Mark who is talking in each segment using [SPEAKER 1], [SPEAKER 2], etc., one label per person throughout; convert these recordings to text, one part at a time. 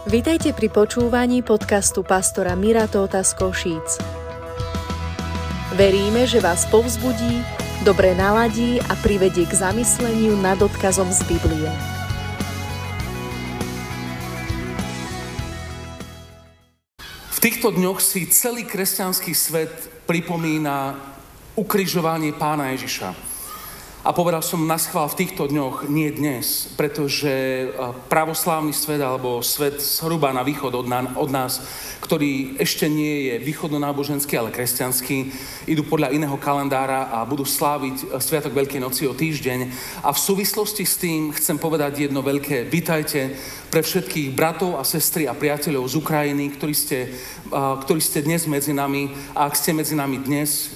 [SPEAKER 1] Vitajte pri počúvaní podcastu pastora Mira Tóta z Košíc. Veríme, že vás povzbudí, dobre naladí a privedie k zamysleniu nad odkazom z Biblie.
[SPEAKER 2] V týchto dňoch si celý kresťanský svet pripomína ukrižovanie Pána Ježiša. A povedal som naschvál v týchto dňoch, nie dnes, pretože pravoslávny svet alebo svet zhruba na východ od nás, ktorý ešte nie je východnonáboženský, ale kresťanský, idú podľa iného kalendára a budú sláviť Sviatok Veľkej noci o týždeň. A v súvislosti s tým chcem povedať jedno veľké vitajte pre všetkých bratov a sestry a priateľov z Ukrajiny, ktorí ste dnes medzi nami. A ak ste medzi nami dnes,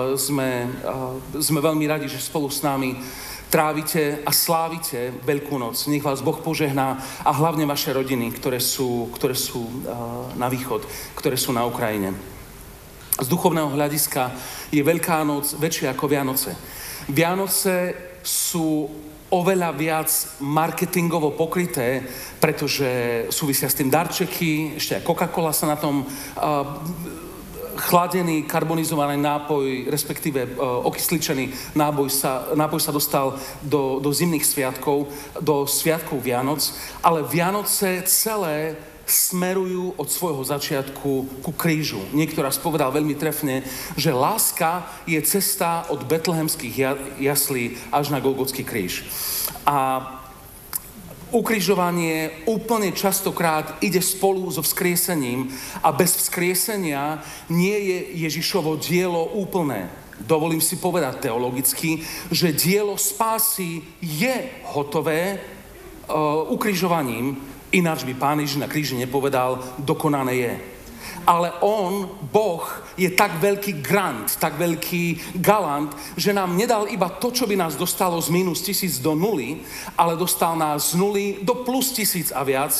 [SPEAKER 2] sme veľmi radi, že spolu s nami trávite a slávite Veľkú noc. Nech vás Boh požehná a hlavne vaše rodiny, ktoré sú na východ, ktoré sú na Ukrajine. Z duchovného hľadiska je Veľká noc väčšia ako Vianoce. Vianoce sú oveľa viac marketingovo pokryté, pretože súvisia s tým darčeky, ešte aj Coca-Cola sa na tom chladený, karbonizovaný nápoj, respektíve okysličený nápoj sa dostal do zimných sviatkov, do sviatkov Vianoc, ale Vianoce celé smerujú od svojho začiatku ku krížu. Niekto raz povedal veľmi trefne, že láska je cesta od betlehemských jaslí až na Golgotský kríž. A ukrižovanie úplne častokrát ide spolu so vzkriesením a bez vzkriesenia nie je Ježišovo dielo úplné. Dovolím si povedať teologicky, že dielo spásy je hotové ukrižovaním, ináč by Pán Ježiš na kríži nepovedal, dokonané je. Ale Boh, je tak veľký grant, tak veľký galant, že nám nedal iba to, čo by nás dostalo z minus 1000 do nuly, ale dostal nás z nuly do plus 1000 a viac,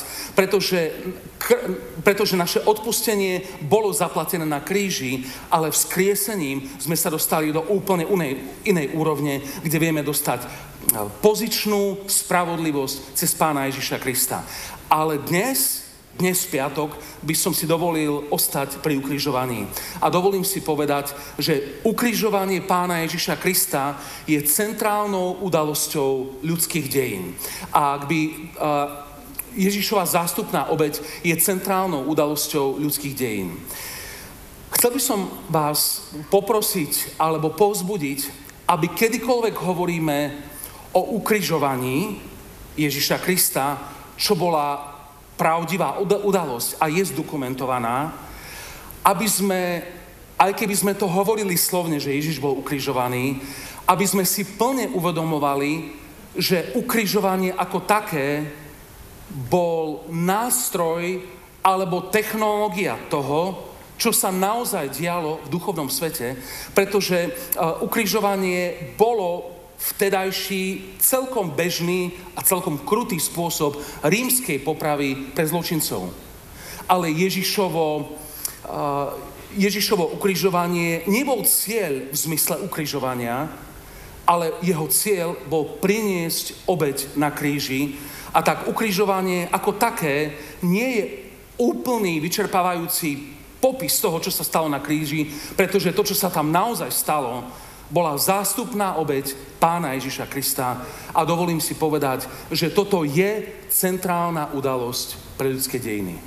[SPEAKER 2] pretože naše odpustenie bolo zaplatené na kríži, ale vzkriesením sme sa dostali do úplne inej úrovne, kde vieme dostať pozičnú spravodlivosť cez Pána Ježiša Krista. Ale dnes v piatok by som si dovolil ostať pri ukrižovaní. A dovolím si povedať, že ukrižovanie Pána Ježiša Krista je centrálnou udalosťou ľudských dejín. A ak by Ježišova zástupná obeť je centrálnou udalosťou ľudských dejín. Chcel by som vás poprosiť alebo povzbudiť, aby kedykoľvek hovoríme o ukrižovaní Ježiša Krista, čo bola pravdivá udalosť a je zdokumentovaná, aby sme, aj keby sme to hovorili slovne, že Ježiš bol ukrižovaný, aby sme si plne uvedomovali, že ukrižovanie ako také bol nástroj alebo technológia toho, čo sa naozaj dialo v duchovnom svete, pretože ukrižovanie bolo vtedajší celkom bežný a celkom krutý spôsob rímskej popravy pre zločincov. Ale Ježišovo ukrižovanie nebol cieľ v zmysle ukrižovania, ale jeho cieľ bol priniesť obeť na kríži. A tak ukrižovanie ako také nie je úplný, vyčerpávajúci popis toho, čo sa stalo na kríži, pretože to, čo sa tam naozaj stalo, bola zástupná obeť Pána Ježiša Krista a dovolím si povedať, že toto je centrálna udalosť pre ľudské dejiny.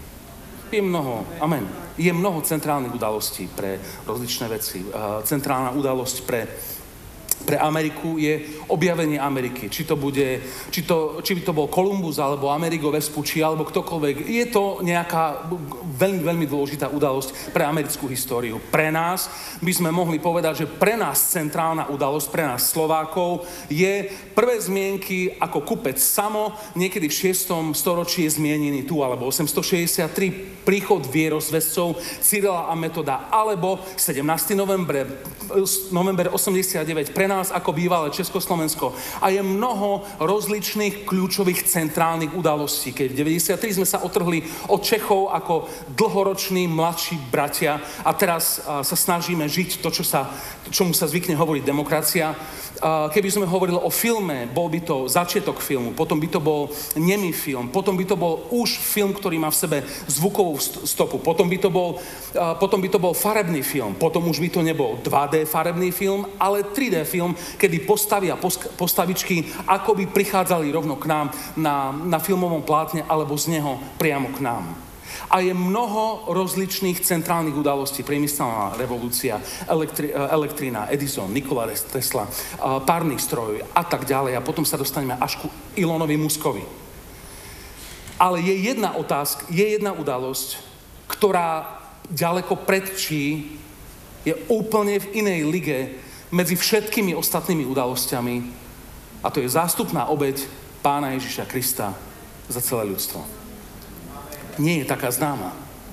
[SPEAKER 2] Je mnoho centrálnych udalostí pre rozličné veci. Centrálna udalosť pre Ameriku je objavenie Ameriky. Či by to bol Kolumbus, alebo Amerigo Vespucci, alebo ktokoľvek. Je to nejaká veľmi, veľmi dôležitá udalosť pre americkú históriu. Pre nás by sme mohli povedať, že pre nás centrálna udalosť, pre nás Slovákov, je prvé zmienky ako kupec Samo, niekedy v 6. storočí je zmienený tu, alebo 863 príchod vierozvescov Cyrila a Metoda, alebo 17. november 89 pre nás ako bývalé Československo. A je mnoho rozličných kľúčových centrálnych udalostí. Keď v 93 sme sa otrhli od Čechov ako dlhoroční mladší bratia a teraz sa snažíme žiť to, čomu sa zvykne hovoriť demokracia. Keby sme hovorili o filme, bol by to začiatok filmu, potom by to bol nemý film, potom by to bol už film, ktorý má v sebe zvukovú stopu, potom by to bol farebný film, potom už by to nebol 2D farebný film, ale 3D film, kedy postavy a postavičky akoby prichádzali rovno k nám na filmovom plátne alebo z neho priamo k nám. A je mnoho rozličných centrálnych udalostí. Priemyselná revolúcia, elektrina, Edison, Nikola Tesla, párnych strojov a tak ďalej. A potom sa dostaneme až ku Elonovi Muskovi. Ale je jedna udalosť, ktorá ďaleko predčí, je úplne v inej lige medzi všetkými ostatnými udalosťami. A to je zástupná obeť Pána Ježiša Krista za celé ľudstvo. Nie je taká známa.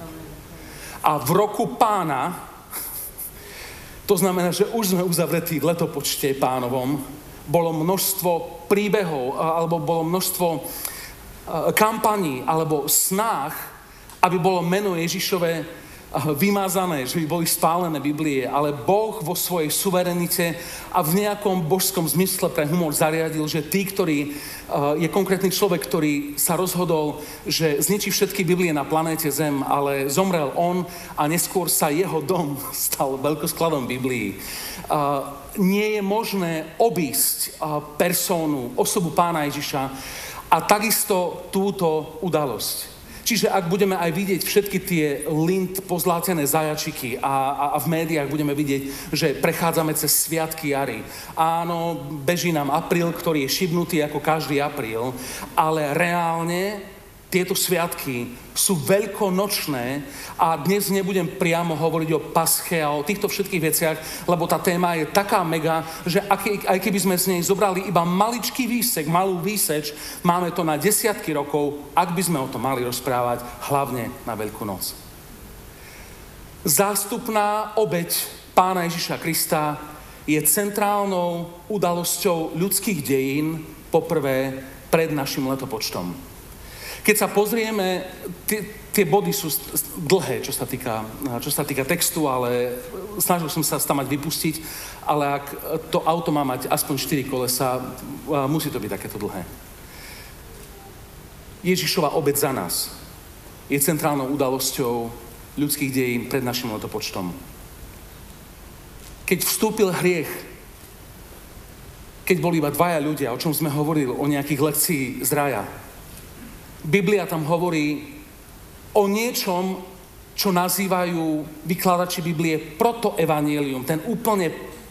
[SPEAKER 2] A v roku Pána, to znamená, že už sme uzavretí v letopočte Pánovom, bolo množstvo príbehov, alebo bolo množstvo kampaní, alebo snách, aby bolo meno Ježišove vymazané, že by boli spálené Biblie, ale Boh vo svojej suverenite a v nejakom božskom zmysle pre humor zariadil, že je konkrétny človek, ktorý sa rozhodol, že zničí všetky Biblie na planéte Zem, ale zomrel on a neskôr sa jeho dom stal veľkoskladom Biblií. Nie je možné obísť osobu Pána Ježiša a takisto túto udalosť. Čiže ak budeme aj vidieť všetky tie pozlátené zajačiky a v médiách budeme vidieť, že prechádzame cez sviatky jary. Áno, beží nám apríl, ktorý je šibnutý ako každý apríl, ale reálne tieto sviatky sú veľkonočné a dnes nebudem priamo hovoriť o Pasche a o týchto všetkých veciach, lebo tá téma je taká mega, že aj keby sme z nej zobrali iba maličký výsek, malú výseč, máme to na desiatky rokov, ak by sme o tom mali rozprávať, hlavne na Veľkú noc. Zástupná obeť Pána Ježiša Krista je centrálnou udalosťou ľudských dejín, poprvé pred našim letopočtom. Keď sa pozrieme, tie body sú dlhé, čo sa týka textu, ale snažil som sa tam mať vypustiť, ale ak to auto má mať aspoň 4 kolesa, musí to byť takéto dlhé. Ježišova obeť za nás je centrálnou udalosťou ľudských dejín pred našim letopočtom. Keď vstúpil hriech, keď boli iba 2 ľudia, o čom sme hovorili, o nejakých lekcií z raja, Biblia tam hovorí o niečom, čo nazývajú vykladači Biblie protoevangelium, ten úplne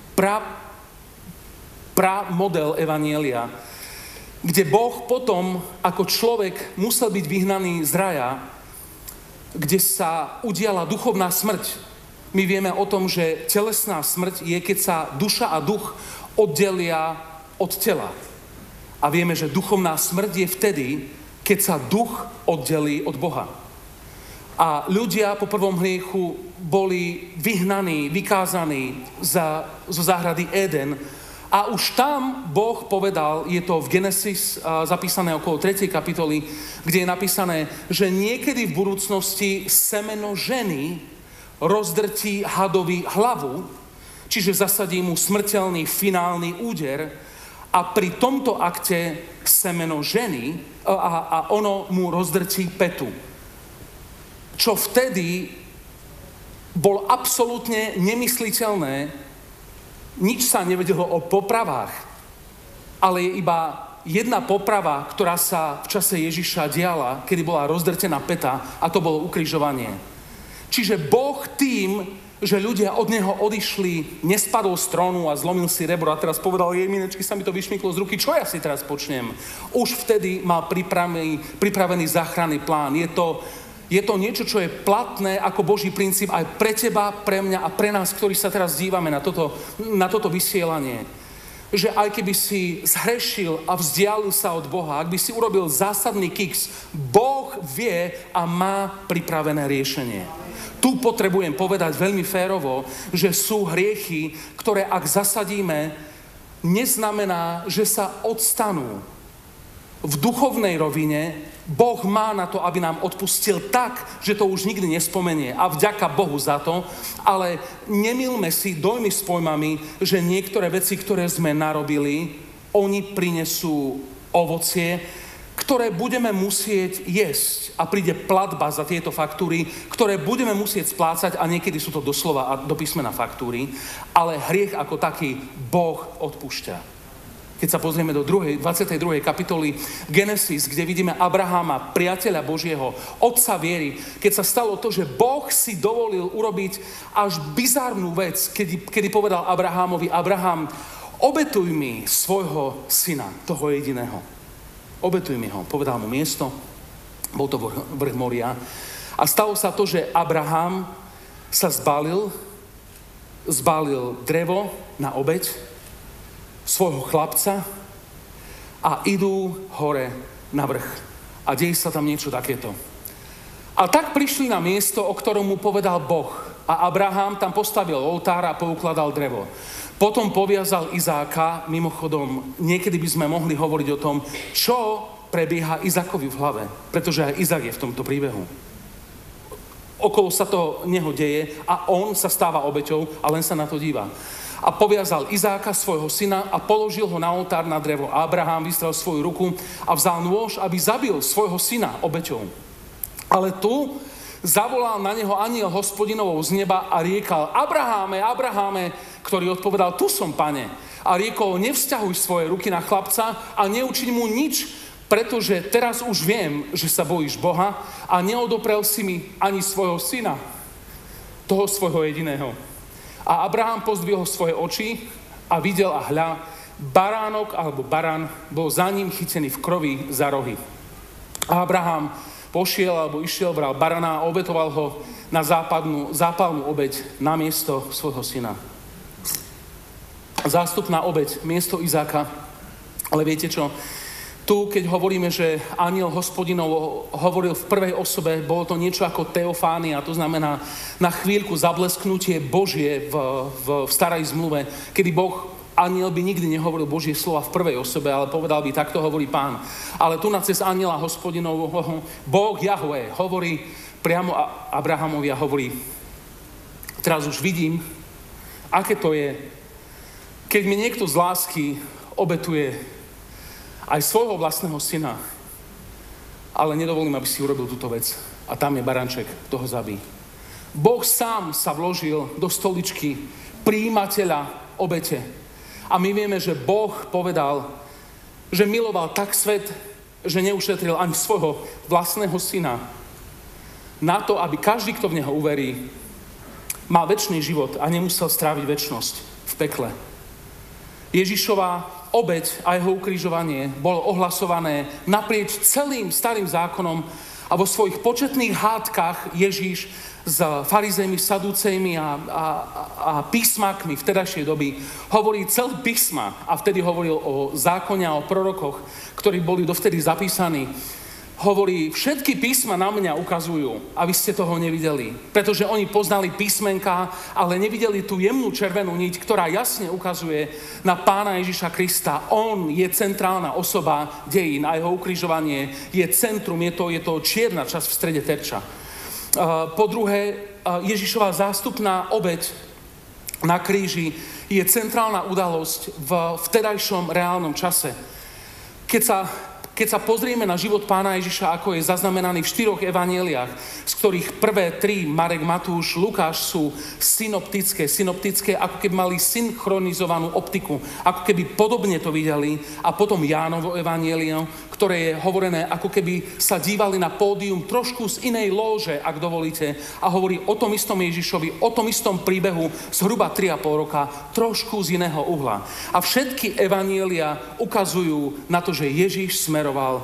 [SPEAKER 2] model evanjelia, kde Boh potom, ako človek musel byť vyhnaný z raja, kde sa udiala duchovná smrť. My vieme o tom, že telesná smrť je, keď sa duša a duch oddelia od tela. A vieme, že duchovná smrť je vtedy, keď sa duch oddelí od Boha. A ľudia po prvom hriechu boli vyhnaní, vykázaní zo záhrady Éden. A už tam Boh povedal, je to v Genesis zapísané okolo 3. kapitoly, kde je napísané, že niekedy v budúcnosti semeno ženy rozdrtí hadovi hlavu, čiže zasadí mu smrteľný finálny úder a pri tomto akte semeno ženy a ono mu rozdrtí petu. Čo vtedy bolo absolútne nemysliteľné, nič sa nevedelo o popravách, ale je iba jedna poprava, ktorá sa v čase Ježiša diala, kedy bola rozdrtená peta, a to bolo ukrižovanie. Čiže Boh tým, že ľudia od neho odišli, nespadol z trónu a zlomil si rebro a teraz povedal, minečky, sa mi to vyšmyklo z ruky, čo ja si teraz počnem? Už vtedy mal pripravený záchranný plán. Je to niečo, čo je platné ako Boží princíp aj pre teba, pre mňa a pre nás, ktorí sa teraz dívame na toto vysielanie. Že aj keby si zhrešil a vzdialil sa od Boha, ak by si urobil zásadný kiks, Boh vie a má pripravené riešenie. Tu potrebujem povedať veľmi férovo, že sú hriechy, ktoré ak zasadíme neznamená, že sa odstanú. V duchovnej rovine Boh má na to, aby nám odpustil tak, že to už nikdy nespomenie. A vďaka Bohu za to, ale nemilme si dojmy s pojmami, že niektoré veci, ktoré sme narobili, oni prinesú ovocie, ktoré budeme musieť jesť. A príde platba za tieto faktúry, ktoré budeme musieť splácať, a niekedy sú to doslova a do písmena faktúry, ale hriech ako taký Boh odpúšťa. Keď sa pozrieme do 22. kapitoly Genesis, kde vidíme Abrahama, priateľa Božieho, otca viery, keď sa stalo to, že Boh si dovolil urobiť až bizarnú vec, kedy povedal Abrahamovi: Abraham, obetuj mi svojho syna, toho jediného. Obetuj mi ho. Povedal mu miesto, bol to vrch Moria. A stalo sa to, že Abraham sa zbalil drevo na obeť svojho chlapca a idú hore na vrch. A deje sa tam niečo takéto. A tak prišli na miesto, o ktorom mu povedal Boh. A Abraham tam postavil oltár a poukladal drevo. Potom poviazal Izáka. Mimochodom, niekedy by sme mohli hovoriť o tom, čo prebieha Izákovi v hlave. Pretože aj Izák je v tomto príbehu. Okolo sa to neho deje a on sa stáva obeťou a len sa na to díva. A poviazal Izáka, svojho syna, a položil ho na oltár na drevo. A Abraham vystrel svoju ruku a vzal nôž, aby zabil svojho syna obeťou. Ale tu zavolal na neho anjel Hospodinovou z neba a riekal: Abraháme, Abraháme, ktorý odpovedal: Tu som, pane. A riekol: Nevzťahuj svoje ruky na chlapca a neučiň mu nič, pretože teraz už viem, že sa bojíš Boha a neodoprel si mi ani svojho syna, toho svojho jediného. A Abraham pozdvihol svoje oči a videl, a hľa, baránok alebo barán bol za ním chytený v krovi za rohy. A Abraham išiel, bral barana a obetoval ho na zápalnú obeť na miesto svojho syna. Zástupná obeť, miesto Izáka. Ale viete čo? Tu, keď hovoríme, že anjel Hospodinov hovoril v prvej osobe, bolo to niečo ako teofánia, to znamená na chvíľku zablesknutie Božie v starej zmluve, kedy anjel by nikdy nehovoril Božie slova v prvej osobe, ale povedal by: takto hovorí Pán. Ale tu na cez anjela Hospodinovho Boh Jahve hovorí priamo Abrahamovi a hovorí: teraz už vidím, aké to je, keď mi niekto z lásky obetuje aj svojho vlastného syna, ale nedovolím, aby si urobil túto vec. A tam je baranček, toho zabí. Boh sám sa vložil do stoličky prijímateľa obete. A my vieme, že Boh povedal, že miloval tak svet, že neušetril ani svojho vlastného syna na to, aby každý, kto v neho uverí, mal večný život a nemusel stráviť večnosť v pekle. Ježišova obeť a jeho ukrižovanie bolo ohlasované naprieč celým starým zákonom a vo svojich početných hádkach Ježíš s farizejmi, sadúcejmi a písmakmi vtedajšej doby hovorí celé písma, a vtedy hovoril o zákone a o prorokoch, ktorí boli dovtedy zapísaní. Hovorí: všetky písma na mňa ukazujú, a vy ste toho nevideli. Pretože oni poznali písmenka, ale nevideli tú jemnú červenú niť, ktorá jasne ukazuje na Pána Ježiša Krista. On je centrálna osoba dejín a jeho ukrižovanie je centrum, je to čierna časť v strede terča. Po druhé, Ježišova zástupná obeť na kríži je centrálna udalosť v vtedajšom reálnom čase. Keď sa pozrieme na život Pána Ježiša, ako je zaznamenaný v 4 evanjeliách, z ktorých prvé 3, Marek, Matúš, Lukáš, sú synoptické, ako keby mali synchronizovanú optiku, ako keby podobne to videli, a potom Jánovo evanjelium, ktoré je hovorené, ako keby sa dívali na pódium trošku z inej lóže, ak dovolíte, a hovorí o tom istom Ježišovi, o tom istom príbehu zhruba 3,5 roka, trošku z iného uhla. A všetky evanjelia ukazujú na to, že Ježiš smeroval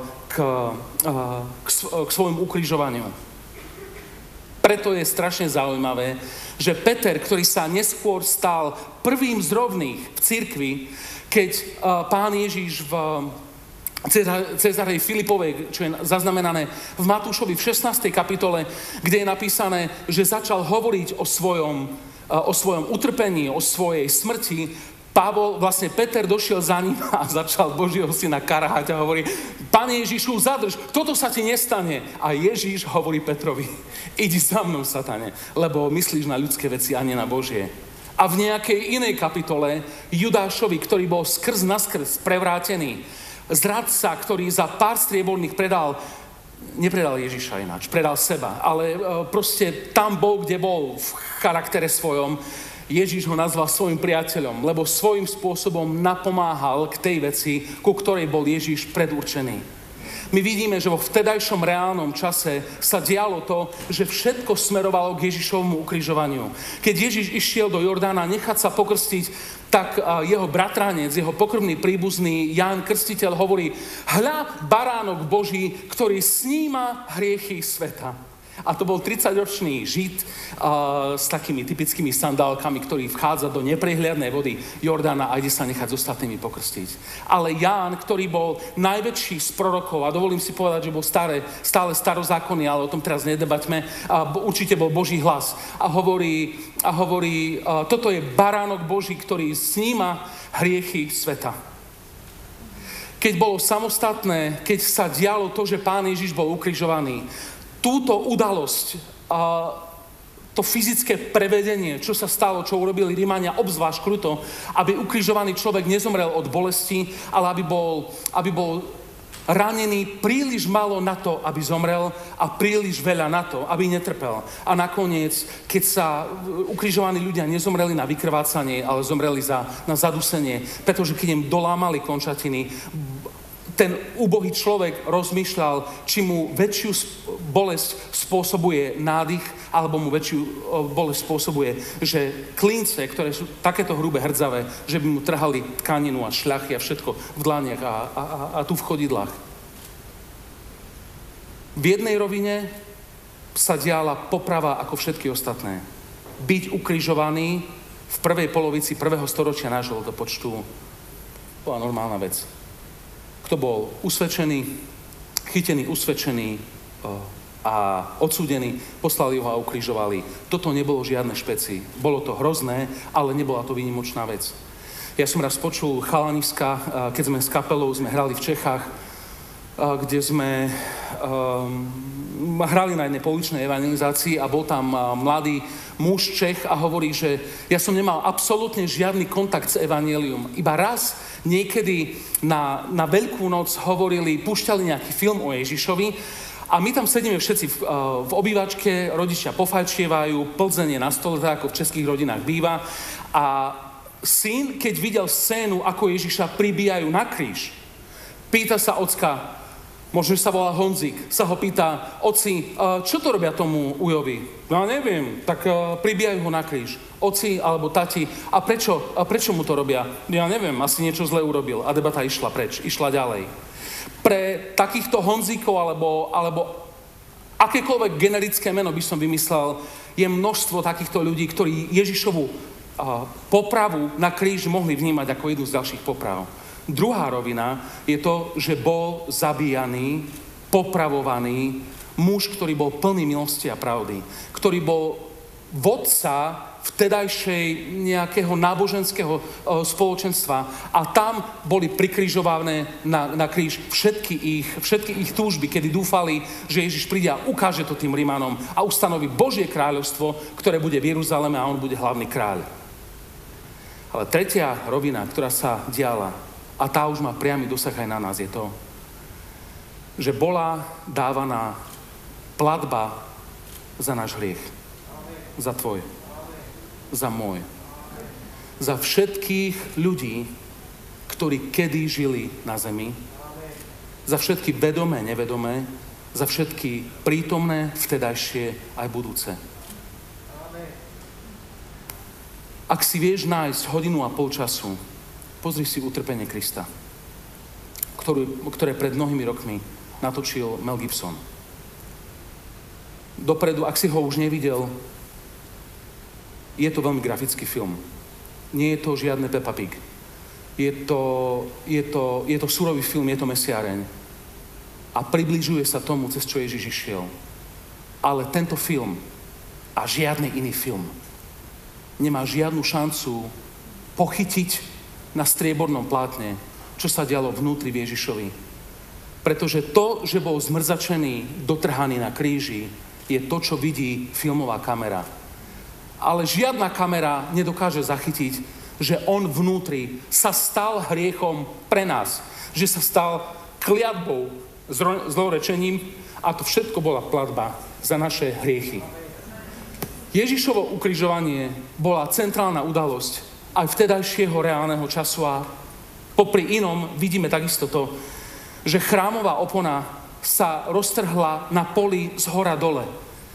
[SPEAKER 2] k svojmu ukrižovaniu. Preto je strašne zaujímavé, že Peter, ktorý sa neskôr stal prvým z rovných v cirkvi, keď Pán Ježiš v Cezarej Filipovej, čo je zaznamenané v Matúšovi v 16. kapitole, kde je napísané, že začal hovoriť o svojom utrpení, o svojej smrti, Peter došiel za ním a začal Božieho syna karhať a hovorí: Pane Ježišu, zadrž, toto sa ti nestane. A Ježiš hovorí Petrovi: Idi za mnou, satane, lebo myslíš na ľudské veci a nie na Božie. A v nejakej inej kapitole Judášovi, ktorý bol skrz naskrz prevrátený, zradca, ktorý za pár strieborných nepredal Ježiša ináč, predal seba, ale proste tam bol, kde bol v charaktere svojom, Ježiš ho nazval svojim priateľom, lebo svojím spôsobom napomáhal k tej veci, ku ktorej bol Ježiš predurčený. My vidíme, že vo vtedajšom reálnom čase sa dialo to, že všetko smerovalo k Ježišovmu ukrižovaniu. Keď Ježiš išiel do Jordána nechať sa pokrstiť, tak jeho bratranec, jeho pokrvný príbuzný Ján Krstiteľ hovorí: Hľa, baránok Boží, ktorý sníma hriechy sveta. A to bol 30-ročný Žid s takými typickými sandálkami, ktorý vchádza do neprehliadnej vody Jordána a ide sa nechať s ostatnými pokrstiť. Ale Ján, ktorý bol najväčší z prorokov, a dovolím si povedať, že bol stále starozákonný, ale o tom teraz nedebaťme, určite bol Boží hlas. A hovorí, toto je baránok Boží, ktorý sníma hriechy sveta. Keď bolo samostatné, keď sa dialo to, že Pán Ježiš bol ukrižovaný, túto udalosť, to fyzické prevedenie, čo sa stalo, čo urobili Rímania obzvlášť kruto, aby ukrižovaný človek nezomrel od bolesti, ale aby bol ranený príliš malo na to, aby zomrel, a príliš veľa na to, aby netrpel. A nakoniec, keď sa ukrižovaní ľudia nezomreli na vykrvácanie, ale zomreli na zadusenie, pretože keď im dolámali končatiny, ten úbohý človek rozmýšľal, či mu väčšiu bolesť spôsobuje nádych, alebo mu väčšiu bolesť spôsobuje, že klince, ktoré sú takéto hrubé, hrdzavé, že by mu trhali tkaninu a šľachy a všetko v dlaniach a tu v chodidlách. V jednej rovine sa diala poprava ako všetky ostatné. Byť ukrižovaný v prvej polovici 1. storočia nášho letopočtu bola normálna vec. Kto bol usvedčený, chytený, usvedčený a odsúdený, poslali ho a ukrižovali. Toto nebolo žiadne špeci. Bolo to hrozné, ale nebola to výnimočná vec. Ja som raz počul chalaniska, keď sme s kapelou hrali v Čechách, kde sme hrali na jednej pouličnej evangelizácii a bol tam mladý muž Čech a hovorí, že ja som nemal absolútne žiadny kontakt s evanjelium. Iba raz niekedy na Veľkú noc púšťali nejaký film o Ježišovi a my tam sedíme všetci v obývačke, rodičia pofajčievajú, pldzenie na stole, tak ako v českých rodinách býva, a syn, keď videl scénu, ako Ježiša pribíjajú na kríž, pýta sa ocka, možno sa volá Honzik, sa ho pýta: Oci, čo to robia tomu ujovi? No neviem, tak pribíjajú ho na kríž. Oci alebo tati, a prečo mu to robia? Ja neviem, asi niečo zle urobil. A debata išla preč, išla ďalej. Pre takýchto Honzíkov alebo akékoľvek generické meno by som vymyslel, je množstvo takýchto ľudí, ktorí Ježišovu popravu na kríž mohli vnímať ako jednu z ďalších poprav. Druhá rovina je to, že bol zabíjaný, popravovaný muž, ktorý bol plný milosti a pravdy, ktorý bol vodca vtedajšej nejakého náboženského spoločenstva, a tam boli prikrižované na kríž všetky ich túžby, kedy dúfali, že Ježiš príde a ukáže to tým Rimanom a ustanoví Božie kráľovstvo, ktoré bude v Jeruzaleme a on bude hlavný kráľ. Ale tretia rovina, ktorá sa diala, a tá už má priamy dosah aj na nás, je to, že bola dávaná platba za náš hriech. Za tvoj. Za môj. Za všetkých ľudí, ktorí kedy žili na zemi. Za všetky vedomé, nevedomé. Za všetky prítomné, vtedajšie aj budúce. Ak si vieš nájsť 1,5 hodiny času, pozri si Utrpenie Krista, ktoré pred mnohými rokmi natočil Mel Gibson. Dopredu, ak si ho už nevidel, je to veľmi grafický film. Nie je to žiadne Peppa Pig. Je to surový film, je to mesiareň. A približuje sa tomu, cez čo Ježiš išiel. Ale tento film a žiadny iný film nemá žiadnu šancu pochytiť na striebornom plátne, čo sa dialo vnútri v Ježišovi. Pretože to, že bol zmrzačený, dotrhaný na kríži, je to, čo vidí filmová kamera. Ale žiadna kamera nedokáže zachytiť, že on vnútri sa stal hriechom pre nás. Že sa stal kliatbou, zlorečením a to všetko bola platba za naše hriechy. Ježišovo ukrižovanie bola centrálna udalosť aj vtedajšieho reálneho času a popri inom vidíme takisto to, že chrámová opona sa roztrhla na poli z hora dole.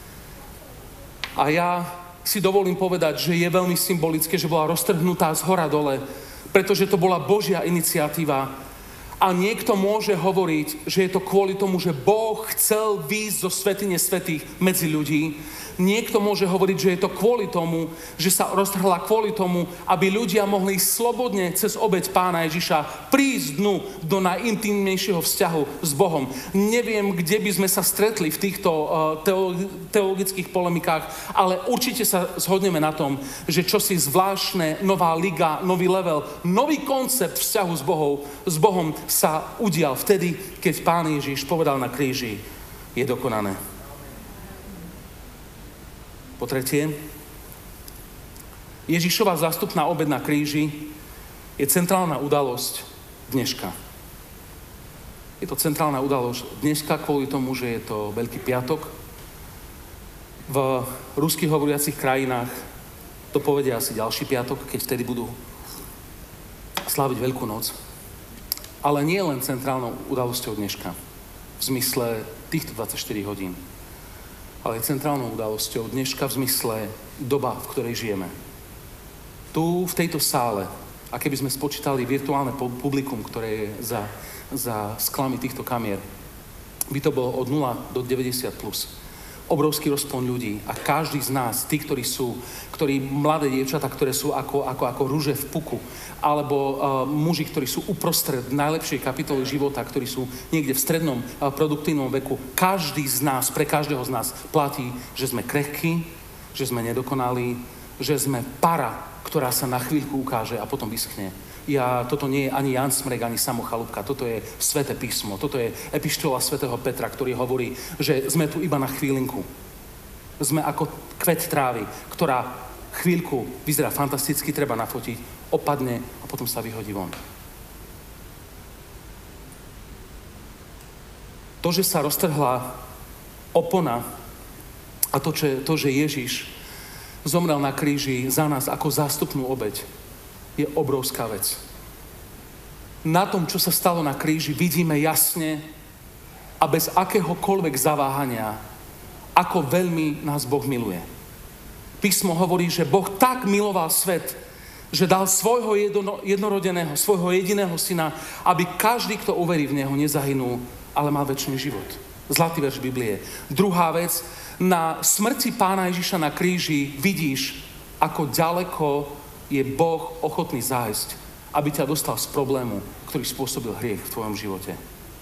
[SPEAKER 2] A ja si dovolím povedať, že je veľmi symbolické, že bola roztrhnutá z hora dole, pretože to bola Božia iniciatíva. A niekto môže hovoriť, že je to kvôli tomu, že Boh chcel výjsť zo svätyne svätých medzi ľudí. Niekto môže hovoriť, že je to kvôli tomu, že sa roztrhla kvôli tomu, aby ľudia mohli slobodne cez obeť Pána Ježiša prísť dnu do najintímnejšieho vzťahu s Bohom. Neviem, kde by sme sa stretli v týchto teologických polemikách, ale určite sa zhodneme na tom, že čosi zvláštne, nová liga, nový level, nový koncept vzťahu s Bohom sa udial vtedy, keď Pán Ježiš povedal na kríži, je dokonané. Po tretie, Ježišova zástupná obeť na kríži je centrálna udalosť dneška. Je to centrálna udalosť dneška kvôli tomu, že je to Veľký piatok. V ruských hovoriacich krajinách to povedia asi ďalší piatok, keď vtedy budú sláviť Veľkú noc. Ale nie len centrálnou udalosťou dneška, v zmysle týchto 24 hodín, ale je centrálnou udalosťou dneška v zmysle doba, v ktorej žijeme. Tu, v tejto sále, a keby sme spočítali virtuálne publikum, ktoré je za sklami týchto kamier, by to bolo od 0 do 90 plus. Obrovský rozpon ľudí a každý z nás, tí, ktorí mladé dievčatá, ktoré sú ako rúže v puku, alebo muži, ktorí sú uprostred najlepšej kapitoly života, ktorí sú niekde v strednom produktívnom veku, každý z nás, pre každého z nás platí, že sme krehkí, že sme nedokonalí, že sme para, ktorá sa na chvíľku ukáže a potom vyschne. Toto nie je ani Jan Smrek, ani Samo Chalúbka. Toto je Sväté písmo. Toto je epištola svätého Petra, ktorý hovorí, že sme tu iba na chvíľinku. Sme ako kvet trávy, ktorá chvíľku vyzerá fantasticky, treba nafotiť, opadne a potom sa vyhodí von. To, že sa roztrhla opona a to, že Ježiš zomrel na kríži za nás ako zástupnú obeť, je obrovská vec. Na tom, čo sa stalo na kríži, vidíme jasne a bez akéhokoľvek zaváhania, ako veľmi nás Boh miluje. Písmo hovorí, že Boh tak miloval svet, že dal svojho jednorodeného, svojho jediného syna, aby každý, kto uverí v neho, nezahynul, ale mal večný život. Zlatý verš Biblie. Druhá vec, na smrti Pána Ježiša na kríži vidíš, ako ďaleko je Boh ochotný zájsť, aby ťa dostal z problému, ktorý spôsobil hriech v tvojom živote.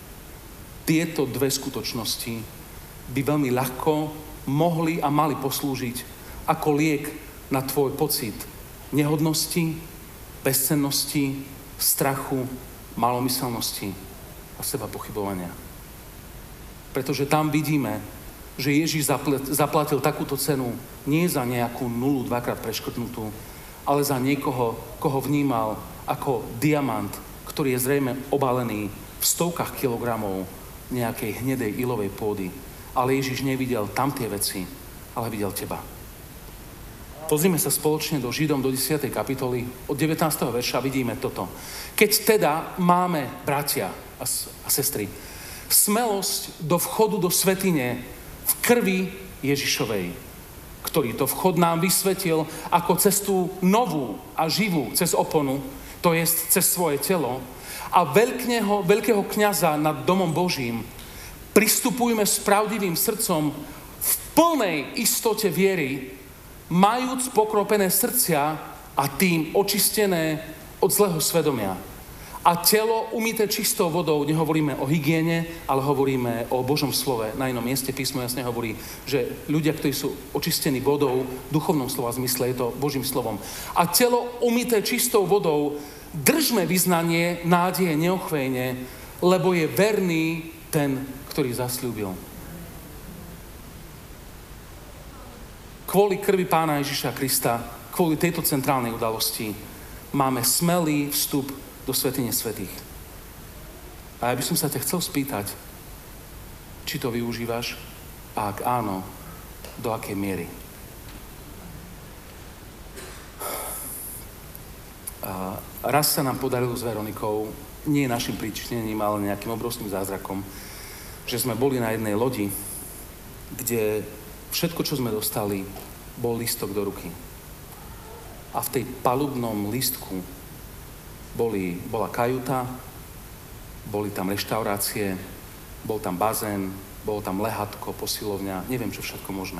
[SPEAKER 2] Tieto dve skutočnosti by veľmi ľahko mohli a mali poslúžiť ako liek na tvoj pocit nehodnosti, bezcennosti, strachu, malomyselnosti a seba pochybovania. Pretože tam vidíme, že Ježiš zaplatil takúto cenu nie za nejakú nulu dvakrát preškrtnutú, ale za niekoho, koho vnímal ako diamant, ktorý je zrejme obalený v stovkách kilogramov nejakej hnedej ilovej pôdy. Ale Ježiš nevidel tam tie veci, ale videl teba. Pozrime sa spoločne do Židom do 10. kapitoly. Od 19. verša vidíme toto. Keď teda máme, bratia a sestry, smelosť do vchodu do svätyne v krvi Ježišovej, ktorý to vchod nám vysvetil ako cestu novú a živú cez oponu, to je cez svoje telo, a veľkého kňaza nad domom Božím, pristupujme s pravdivým srdcom v plnej istote viery, majúc pokropené srdcia a tým očistené od zlého svedomia. A telo umyté čistou vodou, nehovoríme o hygiene, ale hovoríme o Božom slove. Na inom mieste písmo jasne hovorí, že ľudia, ktorí sú očistení vodou, v duchovnom slova zmysle je to Božím slovom. A telo umyté čistou vodou Držme vyznanie nádeje neochvejne, lebo je verný ten, ktorý zasľúbil. Kvôli krvi Pána Ježiša Krista, kvôli tejto centrálnej udalosti, máme smelý vstup do svätyne svätých. A ja by som sa ťa chcel spýtať, či to využívaš a ak áno, do akej miery. Raz sa nám podarilo s Veronikou, nie našim príčinením, ale nejakým obrovským zázrakom, že sme boli na jednej lodi, kde všetko, čo sme dostali, bol lístok do ruky. A v tej palubnom lístku bola kajuta, boli tam reštaurácie, bol tam bazén, bolo tam lehatko, posilovňa, neviem čo všetko možné.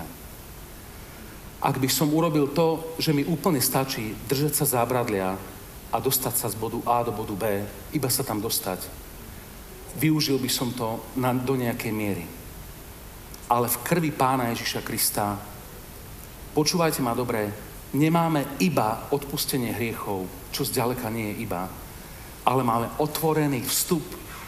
[SPEAKER 2] Ak by som urobil to, že mi úplne stačí držať sa zábradlia a dostať sa z bodu A do bodu B, iba sa tam dostať, využil by som to do nejakej miery. Ale v krvi Pána Ježiša Krista, počúvajte ma dobre, nemáme iba odpustenie hriechov, čo zďaleka nie je iba, ale máme otvorený vstup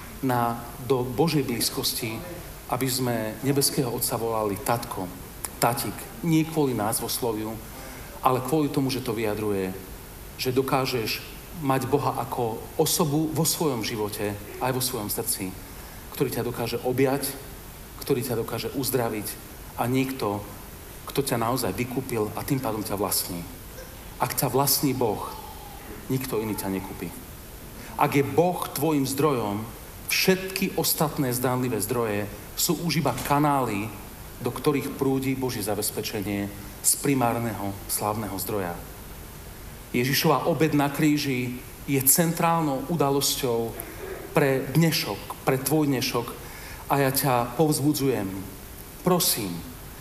[SPEAKER 2] do Božej blízkosti, aby sme nebeského Otca volali tatko, tatik, nie kvôli názvosloviu, ale kvôli tomu, že to vyjadruje, že dokážeš mať Boha ako osobu vo svojom živote, aj vo svojom srdci, ktorý ťa dokáže objať, ktorý ťa dokáže uzdraviť a niekto, kto ťa naozaj vykúpil a tým pádom ťa vlastní. Ak ťa vlastní Boh, nikto iný ťa nekúpi. Ak je Boh tvojim zdrojom, všetky ostatné zdánlivé zdroje sú už iba kanály, do ktorých prúdi Božie zabezpečenie z primárneho slávneho zdroja. Ježišova obed na kríži je centrálnou udalosťou pre dnešok, pre tvoj dnešok a ja ťa povzbudzujem. Prosím,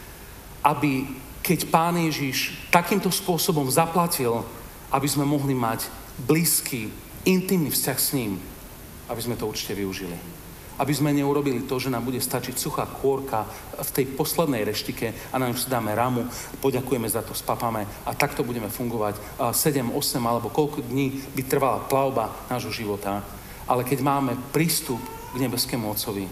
[SPEAKER 2] aby keď Pán Ježiš takýmto spôsobom zaplatil, aby sme mohli mať blízky, intimný vzťah s ním, aby sme to určite využili. Aby sme neurobili to, že nám bude stačiť suchá kôrka v tej poslednej reštike a nám si dáme ramu, poďakujeme za to, spapame a takto budeme fungovať 7, 8 alebo koľko dní by trvala plavba nášho života. Ale keď máme prístup k nebeskému Otcovi,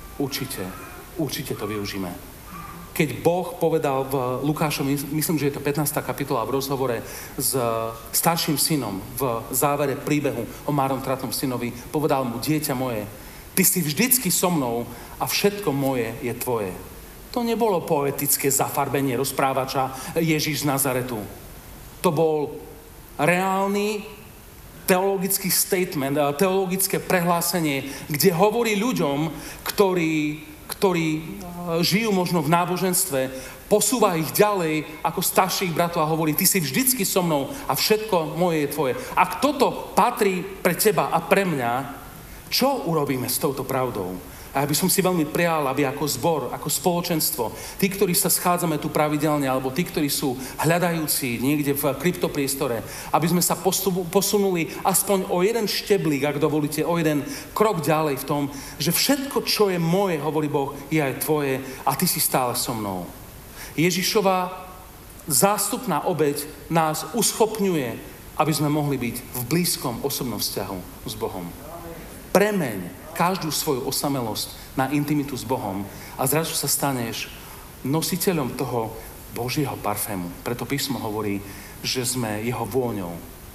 [SPEAKER 2] určite to využíme. Keď Boh povedal v Lukášovi, myslím, že je to 15. kapitola v rozhovore s starším synom v závere príbehu o marnotratnom synovi, povedal mu: dieťa moje, ty si vždycky so mnou a všetko moje je tvoje. To nebolo poetické zafarbenie rozprávača Ježiš z Nazaretu. To bol reálny teologický statement, teologické prehlásenie, kde hovorí ľuďom, ktorí žijú možno v náboženstve, posúva ich ďalej ako starších bratov a hovorí: ty si vždycky so mnou a všetko moje je tvoje. Ak toto patrí pre teba a pre mňa, čo urobíme s touto pravdou? A ja by som si veľmi prijal, aby ako zbor, ako spoločenstvo, tí, ktorí sa schádzame tu pravidelne, alebo tí, ktorí sú hľadajúci niekde v kryptopriestore, aby sme sa posunuli aspoň o jeden šteblík, ak dovolíte, o jeden krok ďalej v tom, že všetko, čo je moje, hovorí Boh, je aj tvoje a ty si stále so mnou. Ježišova zástupná obeť nás uschopňuje, aby sme mohli byť v blízkom osobnom vzťahu s Bohom. Premeň každú svoju osamelosť na intimitu s Bohom a zrazu sa staneš nositeľom toho Božieho parfému. Preto písmo hovorí, že sme jeho vôňou.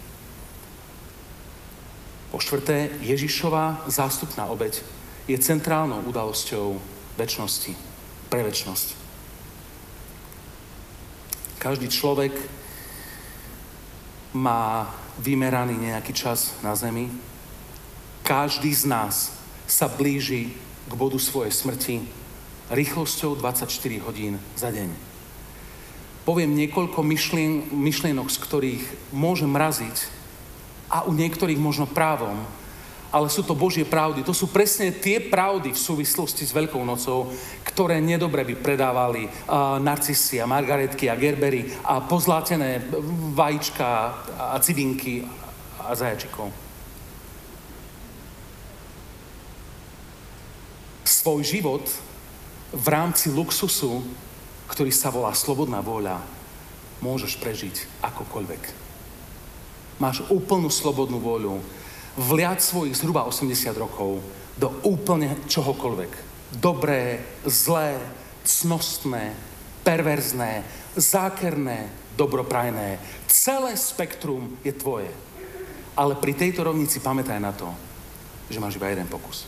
[SPEAKER 2] Po štvrté, Ježišova zástupná obeť je centrálnou udalosťou večnosti, pre večnosť. Každý človek má vymeraný nejaký čas na zemi. Každý z nás sa blíži k bodu svojej smrti rýchlosťou 24 hodín za deň. Poviem niekoľko myšlienok, z ktorých môžem mraziť a u niektorých možno právom, ale sú to Božie pravdy. To sú presne tie pravdy v súvislosti s Veľkou nocou, ktoré nedobre by predávali narcisy a margaretky a gerbery a pozlátené vajíčka a civinky a zajačikov. Svoj život v rámci luxusu, ktorý sa volá slobodná vôľa, môžeš prežiť akokoľvek. máš úplnú slobodnú voľu vliať svojich zhruba 80 rokov do úplne čohokoľvek. Dobré, zlé, cnostné, perverzné, zákerné, dobroprajné. Celé spektrum je tvoje. Ale pri tejto rovnici pamätaj na to, že máš iba jeden pokus.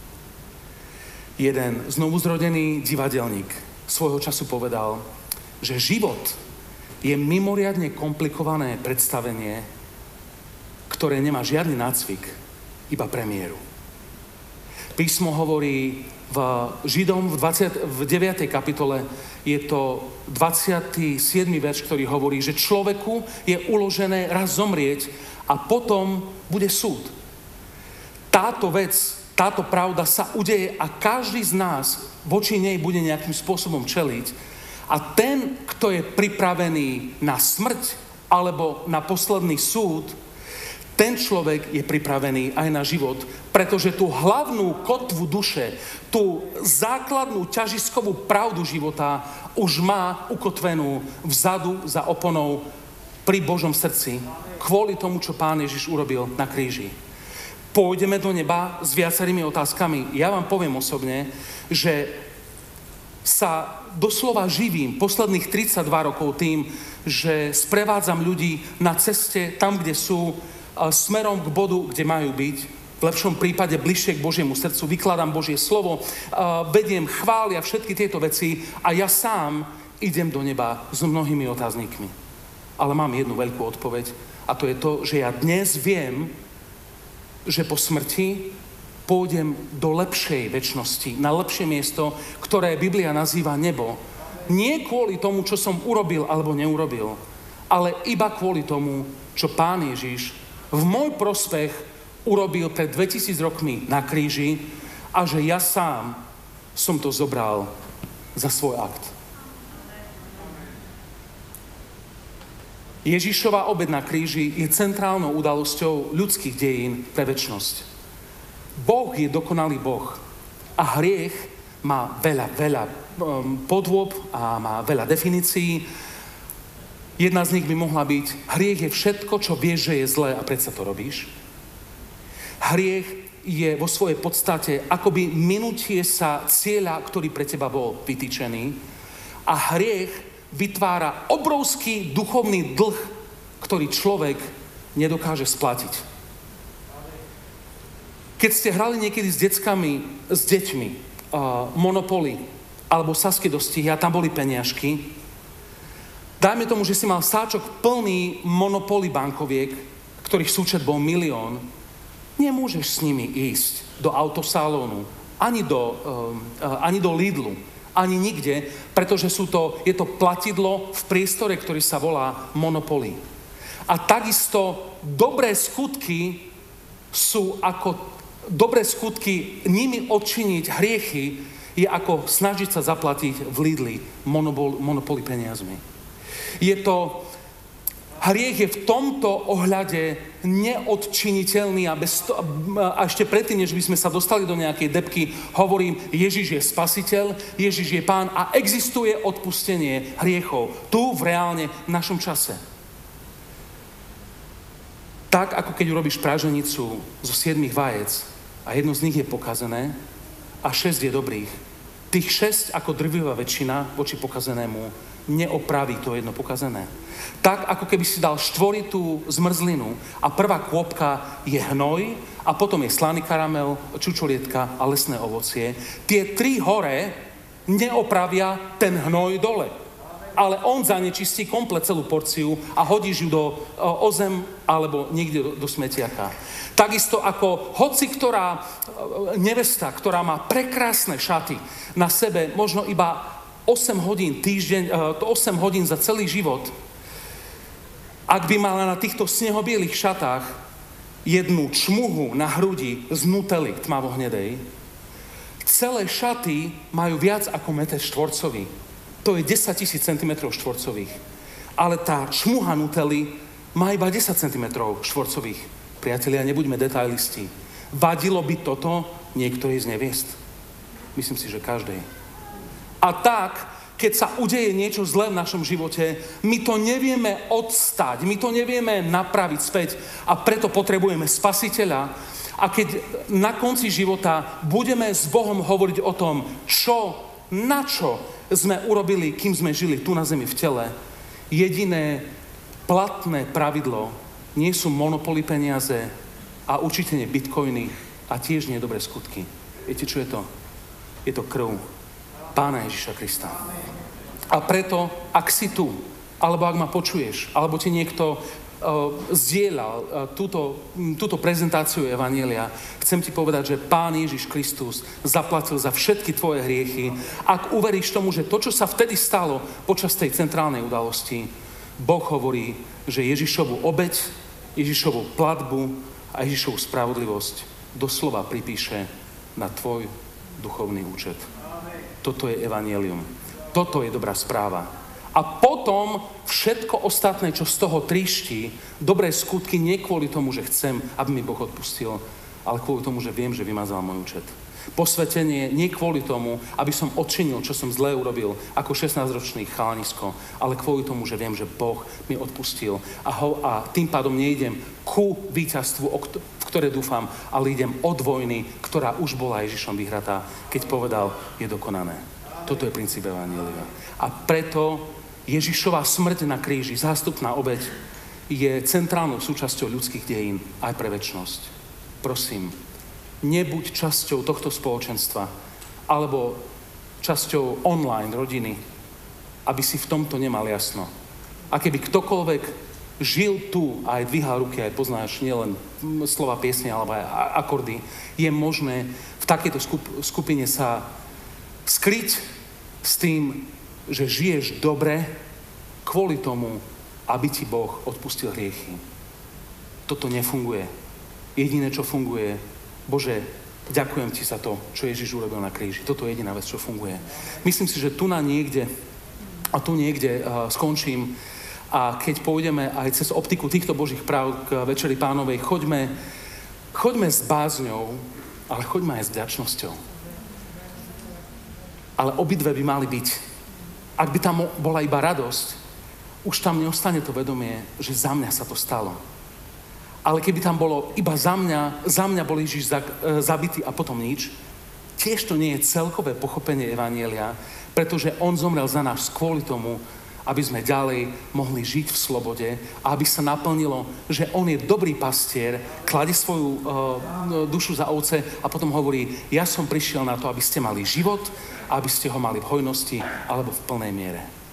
[SPEAKER 2] Jeden znovuzrodený divadelník svojho času povedal, že život je mimoriadne komplikované predstavenie, ktoré nemá žiadny nácvik, iba premiéru. Písmo hovorí v Židom v 9. kapitole, je to 27. verš, ktorý hovorí, že človeku je uložené raz zomrieť a potom bude súd. Táto vec, táto pravda sa udeje a každý z nás voči nej bude nejakým spôsobom čeliť. A ten, kto je pripravený na smrť alebo na posledný súd, ten človek je pripravený aj na život, pretože tú hlavnú kotvu duše, tú základnú ťažiskovú pravdu života už má ukotvenú vzadu za oponou pri Božom srdci, kvôli tomu, čo Pán Ježiš urobil na kríži. Pôjdeme do neba s viacerými otázkami. Ja vám poviem osobne, že sa doslova živím posledných 32 rokov tým, že sprevádzam ľudí na ceste tam, kde sú, smerom k bodu, kde majú byť, v lepšom prípade bližšie k Božiemu srdcu, vykladám Božie slovo, vediem chvály a všetky tieto veci a ja sám idem do neba s mnohými otáznikmi. Ale mám jednu veľkú odpoveď a to je to, že ja dnes viem, že po smrti pôjdem do lepšej večnosti, na lepšie miesto, ktoré Biblia nazýva nebo. Nie kvôli tomu, čo som urobil alebo neurobil, ale iba kvôli tomu, čo Pán Ježiš v môj prospech urobil pred 2000 rokmi na kríži a že ja sám som to zobral za svoj akt. Ježišova obed na kríži je centrálnou udalosťou ľudských dejín pre večnosť. Boh je dokonalý Boh a hriech má veľa podôb a má veľa definícií. Jedna z nich by mohla byť, hriech je všetko, čo vieš, že je zlé a predsa to robíš. Hriech je vo svojej podstate akoby minutie sa cieľa, ktorý pre teba bol vytýčený. A hriech vytvára obrovský duchovný dlh, ktorý človek nedokáže splatiť. Keď ste hrali niekedy s deťmi Monopoly alebo Sasky do stihy a tam boli peniažky, dajme tomu, že si mal sáčok plný Monopoly bankoviek, ktorých súčet bol 1 000 000, nemôžeš s nimi ísť do autosalónu, ani do Lidlu, ani nikde, pretože je to platidlo v priestore, ktorý sa volá Monopoly. A takisto dobré skutky nimi odčiniť hriechy je ako snažiť sa zaplatiť v Lidli Monopoly peniazmi. Hriech je v tomto ohľade neodčiniteľný a ešte predtým, než by sme sa dostali do nejakej debky, hovorím, Ježiš je spasiteľ, Ježiš je Pán a existuje odpustenie hriechov tu v reálne našom čase. Tak, ako keď urobíš praženicu zo 7 vajec a jedno z nich je pokazené a 6 je dobrých, tých 6 ako drvivá väčšina voči pokazenému neopraví to jedno pokazené. Tak, ako keby si dal štvoritú zmrzlinu a prvá kôpka je hnoj a potom je slaný karamel, čučolietka a lesné ovocie. Tie 3 hore neopravia ten hnoj dole. Ale on zanečistí komplet celú porciu a hodíš ju o zem alebo niekde do smetiaka. Takisto ako hoci ktorá nevesta, ktorá má prekrásne šaty na sebe, možno iba 8 hodín za celý život, ak by mala na týchto snehobielých šatách jednu čmuhu na hrudi z Nutelly tmavo-hnedej, celé šaty majú viac ako meter štvorcový. To je 10 000 cm štvorcových. Ale tá čmuha Nutelly má iba 10 cm štvorcových. Priatelia, nebuďme detailisti. Vadilo by toto niektorej z neviest? Myslím si, že každej. A tak, keď sa udeje niečo zlé v našom živote, my to nevieme odstať, my to nevieme napraviť späť a preto potrebujeme Spasiteľa. A keď na konci života budeme s Bohom hovoriť o tom, na čo sme urobili, kým sme žili tu na zemi v tele, jediné platné pravidlo nie sú monopoly peniaze a určite nie bitcoiny a tiež nie dobré skutky. Viete, čo je to? Je to krv Pána Ježiša Krista. A preto, ak si tu, alebo ak ma počuješ, alebo ti niekto zdieľal túto prezentáciu Evanjelia, chcem ti povedať, že Pán Ježiš Kristus zaplatil za všetky tvoje hriechy. Ak uveríš tomu, že to, čo sa vtedy stalo počas tej centrálnej udalosti, Boh hovorí, že Ježišovu obeť, Ježišovu platbu a Ježišovu spravodlivosť doslova pripíše na tvoj duchovný účet. Toto je Evanjelium. Toto je dobrá správa. A potom všetko ostatné, čo z toho triští, dobré skutky, nie kvôli tomu, že chcem, aby mi Boh odpustil, ale kvôli tomu, že viem, že vymazal môj účet. Posvetenie nie kvôli tomu, aby som odčinil, čo som zlé urobil ako 16-ročný chalanisko, ale kvôli tomu, že viem, že Boh mi odpustil. A tým pádom nejdem ku víťazstvu, v ktoré dúfam, ale idem od vojny, ktorá už bola Ježišom vyhratá, keď povedal, je dokonané. Toto je princíp Evanjelia. A preto Ježišova smrť na kríži, zástupná obeť, je centrálnou súčasťou ľudských dejín aj pre večnosť. Prosím, nebuď časťou tohto spoločenstva alebo časťou online rodiny, aby si v tomto nemal jasno. A keby ktokoľvek žil tu a aj dvíhal ruky, aj poznáš nielen slova piesne alebo aj akordy, je možné v takejto skupine sa skryť s tým, že žiješ dobre kvôli tomu, aby ti Boh odpustil hriechy. Toto nefunguje. Jediné, čo funguje, Bože, ďakujem ti za to, čo Ježiš urobil na kríži. Toto je jediná vec, čo funguje. Myslím si, že tu niekde skončím a keď pôjdeme aj cez optiku týchto Božích práv k Večeri Pánovej, choďme s bázňou, ale choďme aj s vďačnosťou. Ale obidve by mali byť. Ak by tam bola iba radosť, už tam neostane to vedomie, že za mňa sa to stalo. Ale keby tam bolo iba za mňa bol Ježiš zabitý a potom nič, tiež to nie je celkové pochopenie Evanjelia, pretože on zomrel za nás kvôli tomu, aby sme ďalej mohli žiť v slobode a aby sa naplnilo, že on je dobrý pastier, kladie svoju dušu za ovce a potom hovorí, ja som prišiel na to, aby ste mali život, aby ste ho mali v hojnosti alebo v plnej miere.